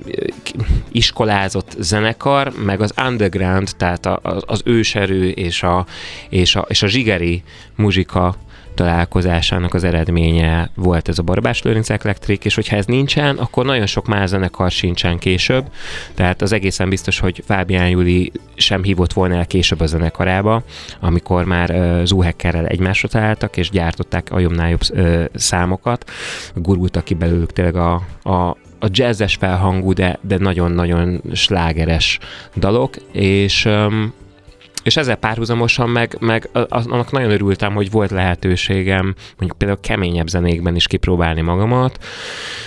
iskolázott zenekar, meg az underground, tehát a, a, az őserő és a, és a, és a zsigeri muzsika találkozásának az eredménye volt ez a Barabás Lőrinc Electric, és hogyha ez nincsen, akkor nagyon sok más zenekar sincsen később, tehát az egészen biztos, hogy Fábián Juli sem hívott volna el később a zenekarába, amikor már uh, Zuhekkerrel egymásra találtak, és gyártották a jobbnál jobb uh, számokat, gurultak ki belőlük tényleg a, a a jazzes felhangú, de, de nagyon-nagyon slágeres dalok, és um, és ezzel párhuzamosan meg, meg annak nagyon örültem, hogy volt lehetőségem mondjuk például keményebb zenékben is kipróbálni magamat,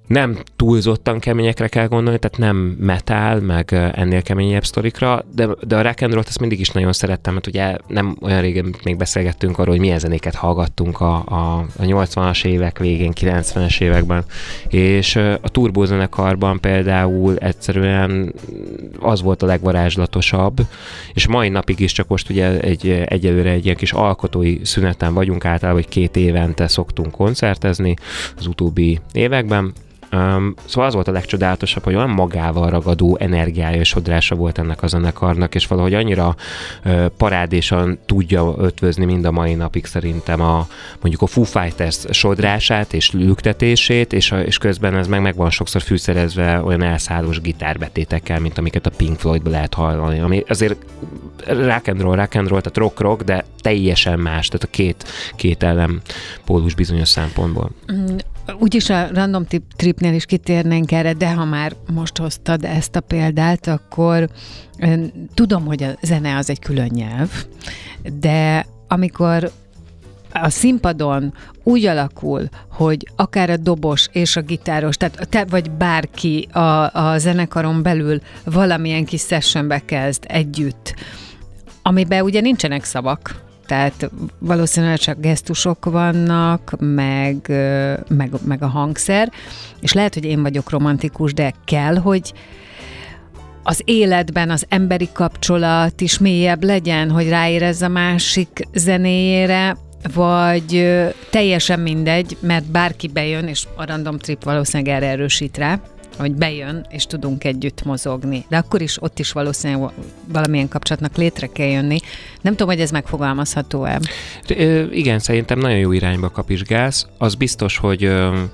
Nem túlzottan keményekre kell gondolni, tehát nem metal, meg ennél keményebb sztorikra, de, de a rock and roll-t ezt mindig is nagyon szerettem, mert ugye nem olyan régen még beszélgettünk arról, hogy milyen zenéket hallgattunk a, a, a nyolcvanas évek végén, kilencvenes években, és a Turbo zenekarban például egyszerűen az volt a legvarázslatosabb, és mai napig is, csak most ugye egy, egyelőre egy ilyen kis alkotói szüneten vagyunk, általában, hogy két évente szoktunk koncertezni az utóbbi években. Um, szóval az volt a legcsodálatosabb, hogy olyan magával ragadó energiája és sodrása volt ennek a zenekarnak, és valahogy annyira uh, parádésan tudja ötvözni mind a mai napig szerintem a, mondjuk a Foo Fighters sodrását és lüktetését, és, a, és közben ez meg, meg van sokszor fűszerezve olyan elszállós gitárbetétekkel, mint amiket a Pink Floydban lehet hallani, ami azért rock and roll, rock and roll, tehát rock-rock, de teljesen más, tehát a két, két ellenpólus bizonyos szempontból. Mm. Úgyis a Random Tripnél is kitérnénk erre, de ha már most hoztad ezt a példát, akkor tudom, hogy a zene az egy külön nyelv, de amikor a színpadon úgy alakul, hogy akár a dobos és a gitáros, tehát te vagy bárki a, a zenekaron belül valamilyen kis sessionbe kezd együtt, amiben ugye nincsenek szavak, tehát valószínűleg csak gesztusok vannak, meg, meg, meg a hangszer, és lehet, hogy én vagyok romantikus, de kell, hogy az életben az emberi kapcsolat is mélyebb legyen, hogy ráérezz a másik zenéjére, vagy teljesen mindegy, mert bárki bejön, és a Random Trip valószínűleg erre erősít rá, hogy bejön, és tudunk együtt mozogni. De akkor is ott is valószínűleg valamilyen kapcsolatnak létre kell jönni. Nem tudom, hogy ez megfogalmazható-e. Igen, szerintem nagyon jó irányba kapizsgálsz. Az biztos, hogy,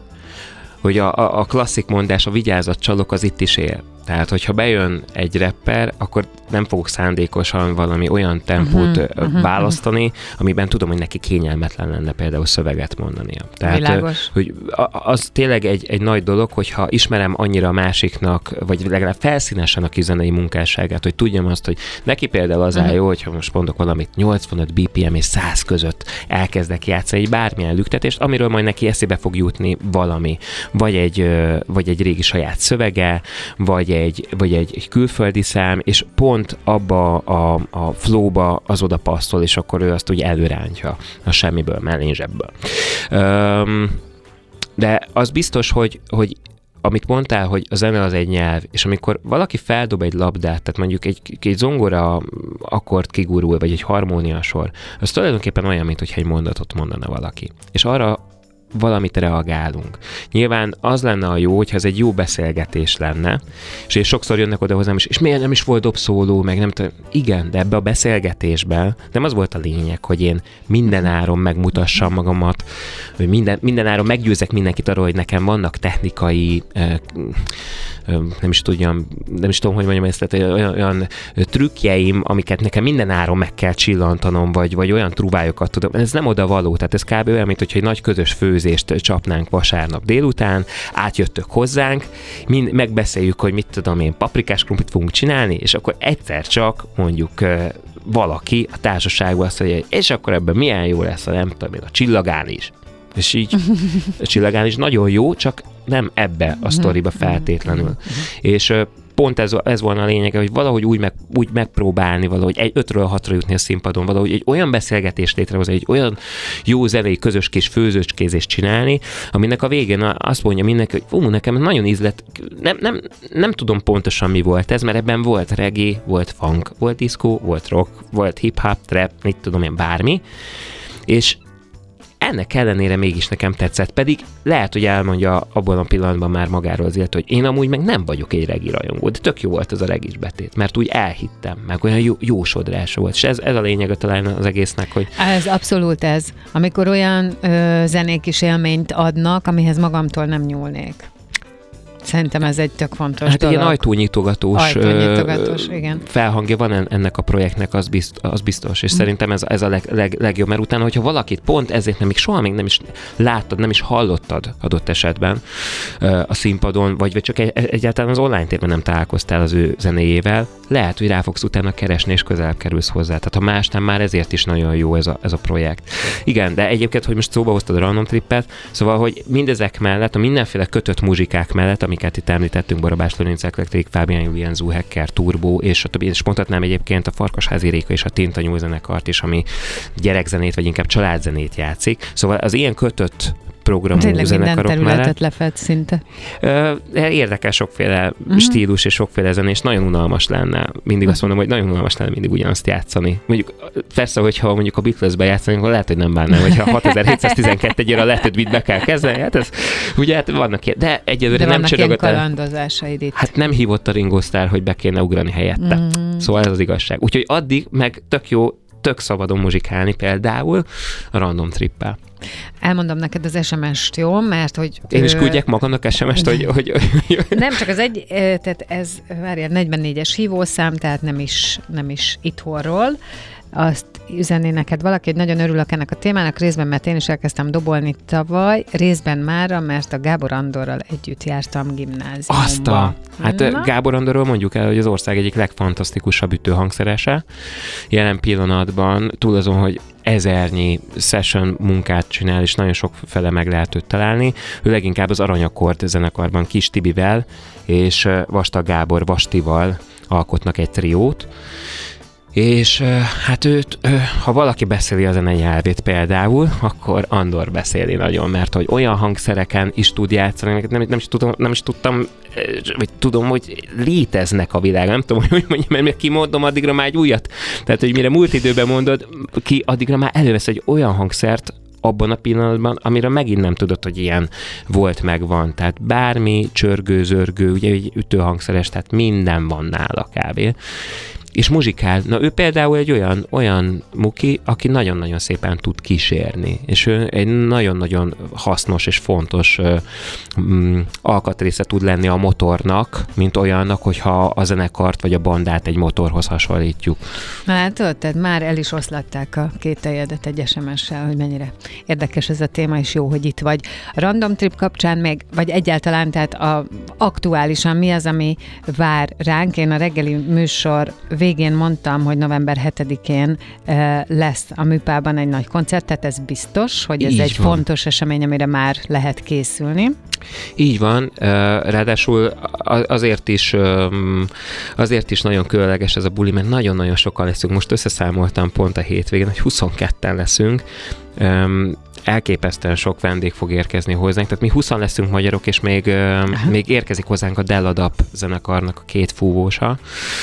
hogy a, a klasszik mondás, a vigyázat csalok, az itt is él. Tehát, hogyha bejön egy rapper, akkor nem fogok szándékosan valami olyan tempót uh-huh, uh-huh, választani, amiben tudom, hogy neki kényelmetlen lenne például szöveget mondania. Tehát, világos. Hogy az tényleg egy, egy nagy dolog, hogyha ismerem annyira a másiknak, vagy legalább felszínesen a zenei munkásságát, hogy tudjam azt, hogy neki például az áll jó, hogyha most mondok valamit nyolcvanöt bé pé em és száz között elkezdek játszani egy bármilyen lüktetést, amiről majd neki eszébe fog jutni valami. Vagy egy, vagy egy régi saját szövege, vagy egy, vagy egy, egy külföldi szám, és pont abba a, a flowba az oda passzol, és akkor ő azt úgy előrántja a semmiből, mellén zsebből. Um, de az biztos, hogy, hogy amit mondtál, hogy a zene az egy nyelv, és amikor valaki feldob egy labdát, tehát mondjuk egy, egy zongora akkord kigurul, vagy egy harmóniasor, az tulajdonképpen olyan, mint hogyha egy mondatot mondana valaki. És arra valamit reagálunk. Nyilván az lenne a jó, hogyha ez egy jó beszélgetés lenne, és én sokszor jönnek oda hozzám, és, és miért nem is volt dobszóló, meg nem tudom. Igen, de ebbe a beszélgetésben nem az volt a lényeg, hogy én minden áron megmutassam magamat, hogy minden, minden áron meggyőzek mindenkit arról, hogy nekem vannak technikai eh, nem is tudjam, nem is tudom, hogy mondjam ezt, tehát olyan, olyan trükkjeim, amiket nekem minden áron meg kell csillantanom, vagy, vagy olyan trubályokat tudom. Ez nem oda való, tehát ez kb. Olyan, mint hogyha egy nagy közös főzést csapnánk vasárnap délután, átjöttök hozzánk, mind, megbeszéljük, hogy mit tudom én, paprikás krumplit fogunk csinálni, és akkor egyszer csak mondjuk valaki a társaságban azt mondja, és akkor ebben milyen jó lesz, a nem tudom én, a csillagán is. És így a csillagán is nagyon jó, csak nem ebbe a sztoriba feltétlenül. És pont ez, ez volna a lényege, hogy valahogy úgy, meg, úgy megpróbálni, valahogy egy ötről hatra jutni a színpadon, valahogy egy olyan beszélgetést létrehozni, egy olyan jó zenei közös kis főzőcskézést csinálni, aminek a végén azt mondja mindenki, hogy ú, nekem nagyon ízlet, nem, nem, nem tudom pontosan mi volt ez, mert ebben volt reggae, volt funk, volt disco, volt rock, volt hip-hop, trap, mit tudom én, bármi, és ennek ellenére mégis nekem tetszett, pedig lehet, hogy elmondja abban a pillanatban már magáról az élet, hogy én amúgy meg nem vagyok egy regi rajongó, de tök jó volt ez a regis betét, mert úgy elhittem, meg olyan jó, jó sodrása volt, és ez, ez a lényege talán az egésznek, hogy... Ez abszolút ez, amikor olyan ö, zenék is élményt adnak, amihez magamtól nem nyúlnék. Szerintem ez egy tök fontos hát dolog. Hát ilyen ajtónyitogatós, ajtónyitogatós igen. felhangja van ennek a projektnek, az biztos, az biztos és mm. szerintem ez, ez a leg, leg, legjobb, mert utána, hogyha valakit pont ezért nem, még soha még nem is láttad, nem is hallottad adott esetben a színpadon, vagy, vagy csak egy, egyáltalán az online térben nem találkoztál az ő zenéjével, lehet, hogy rá fogsz utána keresni, és közelebb kerülsz hozzá. Tehát ha más nem, már ezért is nagyon jó ez a, ez a projekt. Igen, de egyébként, hogy most szóba hoztad a Random Trippet, szóval, hogy mindezek mellett, a mindenféle kötött muzsikák mellett, amiket itt említettünk, Barabás Lőrinc, Eklektik, Fábián Julián, Zuhecker, Turbo, és a többi, és mondhatnám egyébként a Farkasházi Réka és a Tinta Nyúl zenekart is, ami gyerekzenét, vagy inkább családzenét játszik. Szóval az ilyen kötött programú tényleg zenekarok minden területet mellett lefed szinte. Érdekes sokféle uh-huh. stílus és sokféle zene, és nagyon unalmas lenne. Mindig azt mondom, hogy nagyon unalmas lenne mindig ugyanazt játszani. Mondjuk persze, hogyha mondjuk a Beatles-be játszani, akkor lehet, hogy nem bánnám, hogyha hatezer-hétszáztizenkettő-re lehet, hogy be kell kezdeni. Hát ez, ugye hát vannak ilyen, de egyelőre de nem csörögött el. kalandozásaid itt. Hát nem hívott a Ringo Starr, hogy be kéne ugrani helyette. Mm. Szóval ez az igazság. Úgyhogy addig meg tök jó, tök szabadon muzsikálni például a Random Trippel. Elmondom neked az es em est, jó? Mert hogy... Én is küldjek magamnak es em est, hogy... hogy... Nem csak az egy, tehát ez, várjál, negyvennégyes hívószám, tehát nem is, nem is itthonról. Azt üzenné neked valaki, hogy nagyon örülök ennek a témának, részben, mert én is elkezdtem dobolni tavaly, részben mára, mert a Gábor Andorral együtt jártam gimnáziumba. Azt a... Hát Na? Gábor Andorról mondjuk el, hogy az ország egyik legfantasztikusabb ütőhangszerese. Jelen pillanatban túl azon, hogy ezernyi session munkát csinál, és nagyon sok fele meg lehet őt találni. Ő leginkább az Aranyakord zenekarban Kis Tibivel és Vastag Gábor Vastival alkotnak egy triót. És hát őt, ha valaki beszéli a zene nyelvét például, akkor Andor beszéli nagyon, mert hogy olyan hangszereken is tud játszani, nem, nem, is, tudom, nem is tudtam, vagy tudom, hogy léteznek a világon, nem tudom, hogy mondjam, mert kimondom, addigra már egy újat. Tehát, hogy mire múlt időben mondod, ki addigra már elővesz egy olyan hangszert, abban a pillanatban, amire megint nem tudod, hogy ilyen volt, meg van. Tehát bármi csörgő, zörgő, ugye egy ütőhangszeres, tehát minden van nála kb. És muzsikál. Na ő például egy olyan, olyan muki, aki nagyon-nagyon szépen tud kísérni, és ő egy nagyon-nagyon hasznos és fontos um, alkatrésze tud lenni a motornak, mint olyannak, hogyha a zenekart vagy a bandát egy motorhoz hasonlítjuk. Na látod, tehát már el is oszlatták a kételjedet egy es em essel, hogy mennyire érdekes ez a téma, és jó, hogy itt vagy. A Random Trip kapcsán meg, vagy egyáltalán, tehát a, aktuálisan mi az, ami vár ránk? Én a reggeli műsor végén mondtam, hogy november hetedikén lesz a Műpában egy nagy koncert, tehát ez biztos, hogy ez Így egy van. fontos esemény, amire már lehet készülni. Így van, ráadásul azért is, azért is nagyon különleges ez a buli, mert nagyon-nagyon sokan leszünk. Most összeszámoltam pont a hétvégén, hogy huszonketten leszünk. Elképesztően sok vendég fog érkezni hozzánk, tehát mi húszan leszünk magyarok, és még, még érkezik hozzánk a Deladap zenekarnak a két fúvósa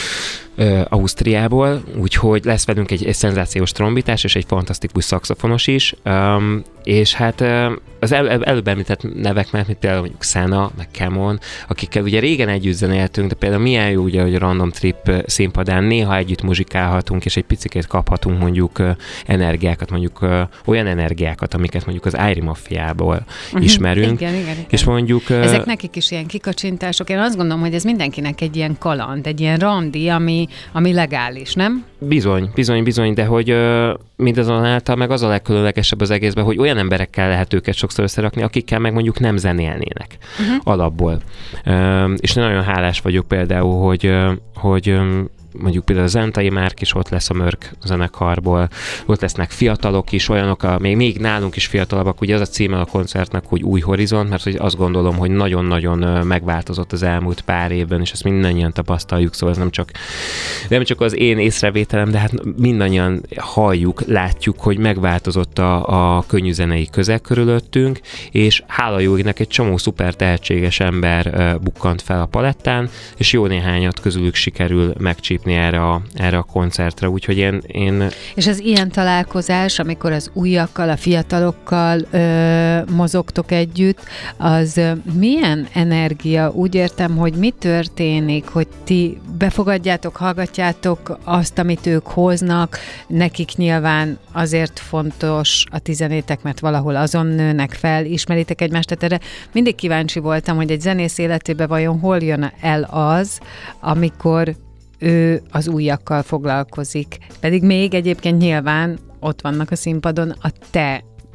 Ausztriából, úgyhogy lesz velünk egy, egy szenzációs trombitás és egy fantasztikus szaxofonos is, um, és hát uh, az el, el, előbb említett nevek mellett, mint például mondjuk Szena, meg Kemon, akikkel ugye régen együtt zenéltünk, de például milyen jó ugye, hogy a Random Trip színpadán néha együtt muzsikálhatunk, és egy picikét kaphatunk mondjuk uh, energiákat, mondjuk uh, olyan energiákat, amiket mondjuk az Ájri Maffiából uh-huh. ismerünk. Igen, igen, igen. És mondjuk... Uh, Ezek nekik is ilyen kikacsintások. Én azt gondolom, hogy ez mindenkinek egy ilyen kaland, egy ilyen randi, ami, ami legális, nem? Bizony, bizony, bizony, de hogy uh, mindazonáltal meg az a legkülönlegesebb az egészben, hogy olyan emberekkel lehet őket sokszor összerakni, akikkel meg mondjuk nem zenélnének uh-huh. alapból. Uh, és nagyon hálás vagyok például, hogy, uh, hogy um, mondjuk például a Zentai Márk is ott lesz a Mörk zenekarból, ott lesznek fiatalok is, olyanok, a, még, még nálunk is fiatalabbak, ugye az a címe a koncertnek, hogy Új Horizont, mert hogy azt gondolom, hogy nagyon-nagyon megváltozott az elmúlt pár évben, és ezt mindannyian tapasztaljuk, szóval ez nem csak, nem csak az én észrevételem, de hát mindannyian halljuk, látjuk, hogy megváltozott a, a könnyűzenei közeg körülöttünk, és hála jó égnek egy csomó szuper tehetséges ember bukkant fel a palettán, és jó néhányat közülük sikerül megcsípni erre a, erre a koncertre, úgyhogy én, én... És az ilyen találkozás, amikor az újakkal, a fiatalokkal ö, mozogtok együtt, az ö, milyen energia? Úgy értem, hogy mi történik, hogy ti befogadjátok, hallgatjátok azt, amit ők hoznak, nekik nyilván azért fontos a tizenétek, mert valahol azon nőnek fel, ismeritek egymást, tehát erre mindig kíváncsi voltam, hogy egy zenész életében vajon hol jön el az, amikor ő az újakkal foglalkozik. Pedig még egyébként nyilván ott vannak a színpadon a te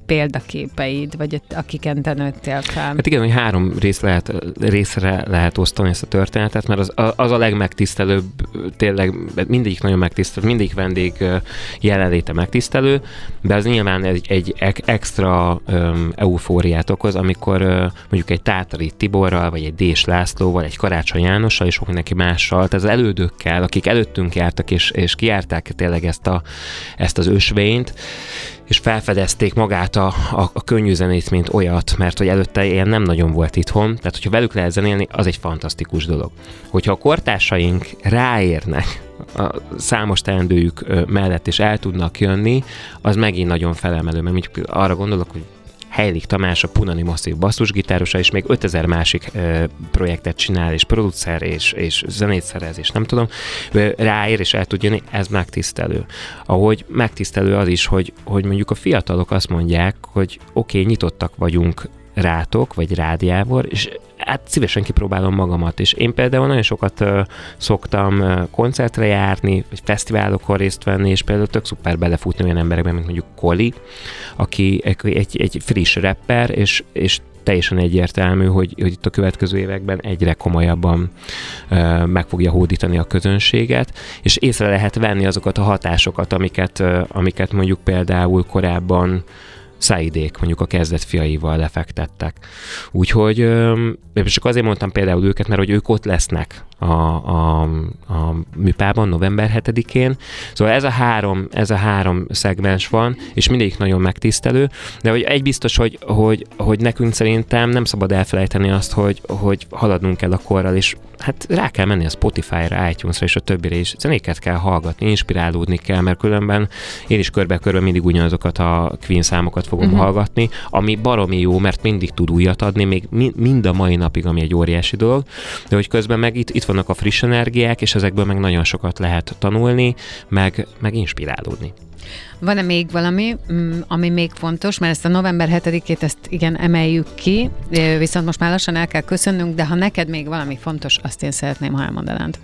példaképeid, vagy akiken te nőttél fel? Hát igen, hogy három rész lehet, részre lehet osztani ezt a történetet, mert az, az a legmegtisztelőbb, tényleg mindegyik nagyon megtisztelő, mindegyik vendég jelenléte megtisztelő, de az nyilván egy, egy extra um, eufóriát okoz, amikor uh, mondjuk egy Tátari Tiborral, vagy egy Dés Lászlóval, egy Karácsony Jánossal, és sok mindenki mással, tehát az elődökkel, akik előttünk jártak, és, és kijárták tényleg ezt, a, ezt az ösvényt, és felfedezték magát a, a, a könnyű zenét, mint olyat, mert hogy előtte ilyen nem nagyon volt itthon, tehát hogyha velük lehet zenélni, az egy fantasztikus dolog. Hogyha a kortársaink ráérnek a számos teendőjük mellett, és el tudnak jönni, az megint nagyon felemelő, mert mondjuk arra gondolok, hogy Heilig Tamás, a Punani Masszív basszusgitárosa, és még ötezer másik ö, projektet csinál, és producer, és, és zenét szerez, és nem tudom, ráér, és el tud jönni, ez megtisztelő. Ahogy megtisztelő az is, hogy, hogy mondjuk a fiatalok azt mondják, hogy oké, okay, nyitottak vagyunk rátok, vagy rádiával, és hát szívesen kipróbálom magamat, és én például nagyon sokat uh, szoktam uh, koncertre járni, vagy fesztiválokon részt venni, és például tök szuper belefutni olyan emberekben, mint mondjuk Koli, aki egy, egy, egy friss rapper, és, és teljesen egyértelmű, hogy, hogy itt a következő években egyre komolyabban uh, meg fogja hódítani a közönséget, és észre lehet venni azokat a hatásokat, amiket, uh, amiket mondjuk például korábban Saidék mondjuk a kezdet fiaival lefektettek. Úgyhogy ö, csak azért mondtam például őket, mert hogy ők ott lesznek a, a, a műpában november hetedikén. Szóval ez a három, ez a három szegmens van, és mindegyik nagyon megtisztelő, de hogy egy biztos, hogy, hogy, hogy nekünk szerintem nem szabad elfelejteni azt, hogy, hogy haladnunk kell a korral, és hát rá kell menni a Spotify-ra, iTunes-ra és a többire is. Zenéket kell hallgatni, inspirálódni kell, mert különben én is körbe-körbe mindig ugyanazokat a Queen számokat fogom uh-huh. hallgatni, ami baromi jó, mert mindig tud újat adni, még mind a mai napig, ami egy óriási dolog, de hogy közben meg itt, itt vannak a friss energiák, és ezekből meg nagyon sokat lehet tanulni, meg, meg inspirálódni. Van-e még valami, ami még fontos, mert ezt a november hetedikét, ezt igen, emeljük ki, viszont most már lassan el kell köszönnünk, de ha neked még valami fontos, azt én szeretném, ha elmondanád.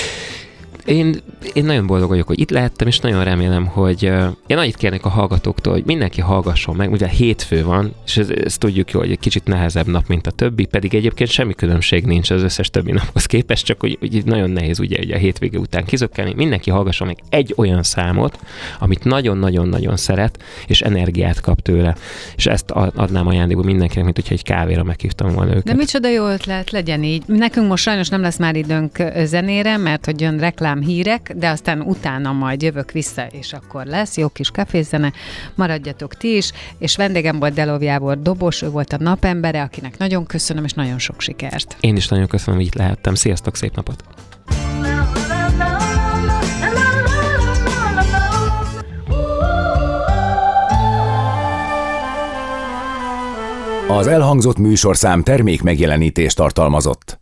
Én, én nagyon boldog vagyok, hogy itt lehettem, és nagyon remélem, hogy uh, én annyit kérnék a hallgatóktól, hogy mindenki hallgasson meg, ugye hétfő van, és ez, ezt tudjuk jó, hogy egy kicsit nehezebb nap, mint a többi, pedig egyébként semmi különbség nincs az összes többi naphoz képest, csak hogy, hogy nagyon nehéz ugye, ugye a hétvége után kizökkelni. Mindenki hallgasson meg egy olyan számot, amit nagyon-nagyon-nagyon szeret, és energiát kap tőle. És ezt adnám ajándékba mindenkinek, mint hogyha egy kávéra meghívtam volna őket. De micsoda jó ötlet, legyen így. Nekünk most sajnos nem lesz már időnk zenére, mert hogy jön reklám hírek, de aztán utána majd jövök vissza, és akkor lesz jó kis kafézene, maradjatok ti is, és vendégem volt Delov Jávor dobos, ő volt a napembere, akinek nagyon köszönöm, és nagyon sok sikert. Én is nagyon köszönöm, hogy itt lehettem. Sziasztok, szép napot! Az elhangzott műsorszám termék megjelenítést tartalmazott.